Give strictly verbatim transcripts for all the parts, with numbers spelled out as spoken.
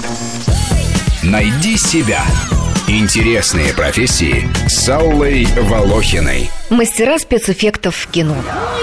Найди себя. Интересные профессии с Аллой Волохиной. Мастера спецэффектов в кино.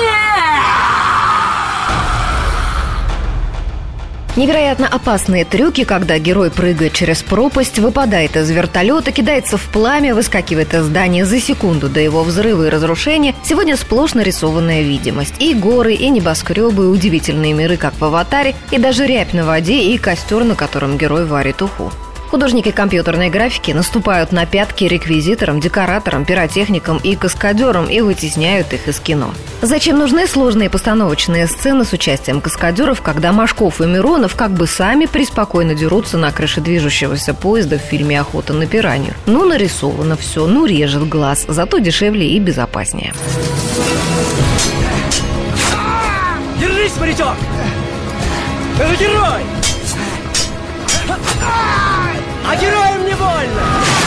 Невероятно опасные трюки, когда герой прыгает через пропасть, выпадает из вертолета, кидается в пламя, выскакивает из здания за секунду до его взрыва и разрушения, сегодня сплошь нарисованная видимость. И горы, и небоскребы, и удивительные миры, как в «Аватаре», и даже рябь на воде, и костер, на котором герой варит уху. Художники компьютерной графики наступают на пятки реквизиторам, декораторам, пиротехникам и каскадерам и вытесняют их из кино. Зачем нужны сложные постановочные сцены с участием каскадеров, когда Машков и Миронов как бы сами преспокойно дерутся на крыше движущегося поезда в фильме «Охота на пиранью»? Ну, нарисовано все, ну, режет глаз, зато дешевле и безопаснее. Держись, морячок! Это герой! А героям не больно!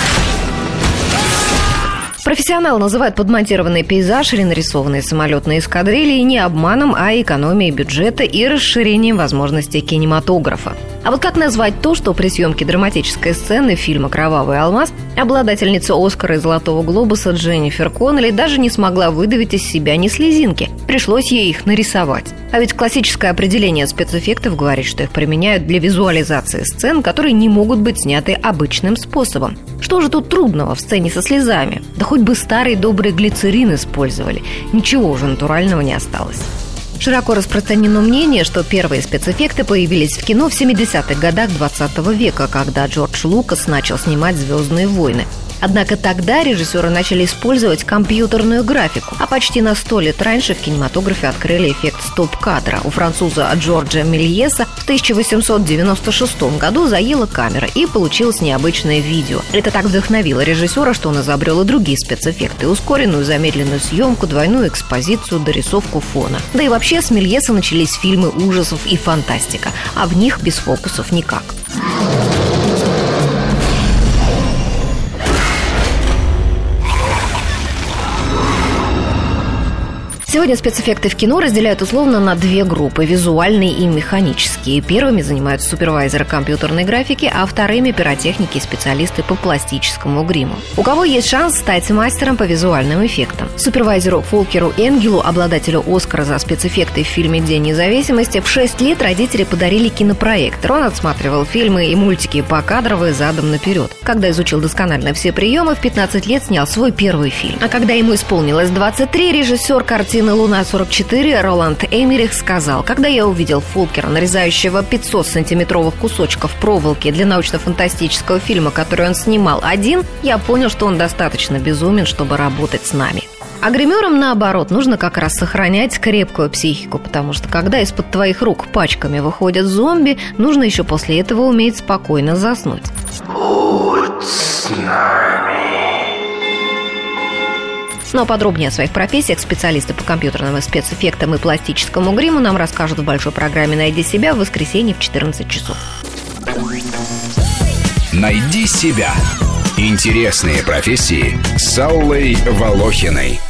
Профессионал называет подмонтированный пейзаж или нарисованные самолетные эскадрильи не обманом, а экономией бюджета и расширением возможностей кинематографа. А вот как назвать то, что при съемке драматической сцены фильма «Кровавый алмаз» обладательница «Оскара» и «Золотого глобуса» Дженнифер Коннелли даже не смогла выдавить из себя ни слезинки. Пришлось ей их нарисовать. А ведь классическое определение спецэффектов говорит, что их применяют для визуализации сцен, которые не могут быть сняты обычным способом. Что же тут трудного в сцене со слезами? Да хоть бы старый добрый глицерин использовали. Ничего уже натурального не осталось. Широко распространено мнение, что первые спецэффекты появились в кино в семидесятых годах двадцатого века, когда Джордж Лукас начал снимать «Звездные войны». Однако тогда режиссеры начали использовать компьютерную графику, а почти на сто лет раньше в кинематографе открыли эффект стоп-кадра. У француза Джорджа Мельеса в тысяча восемьсот девяносто шестом году заела камера, и получилось необычное видео. Это так вдохновило режиссера, что он изобрел и другие спецэффекты: ускоренную замедленную съемку, двойную экспозицию, дорисовку фона. Да и вообще с Мельеса начались фильмы ужасов и фантастика, а в них без фокусов никак. Сегодня спецэффекты в кино разделяют условно на две группы – визуальные и механические. Первыми занимаются супервайзеры компьютерной графики, а вторыми – пиротехники и специалисты по пластическому гриму. У кого есть шанс стать мастером по визуальным эффектам? Супервайзеру Фолкеру Энгелу, обладателю «Оскара» за спецэффекты в фильме «День независимости», в шесть лет родители подарили кинопроектор. Он отсматривал фильмы и мультики покадрово и задом наперед. Когда изучил досконально все приемы, в пятнадцать лет снял свой первый фильм. А когда ему исполнилось двадцать три, режиссер картины «Луна-сорок четыре» Роланд Эммерих сказал: «Когда я увидел Фолкера, нарезающего пятьсот сантиметровых кусочков проволоки для научно-фантастического фильма, который он снимал один, я понял, что он достаточно безумен, чтобы работать с нами». А гримерам, наоборот, нужно как раз сохранять крепкую психику, потому что когда из-под твоих рук пачками выходят зомби, нужно еще после этого уметь спокойно заснуть. Будь с нами. Ну а подробнее о своих профессиях специалисты по компьютерным спецэффектам и пластическому гриму нам расскажут в большой программе «Найди себя» в воскресенье в четырнадцать часов. Найди себя. Интересные профессии с Аллой Волохиной.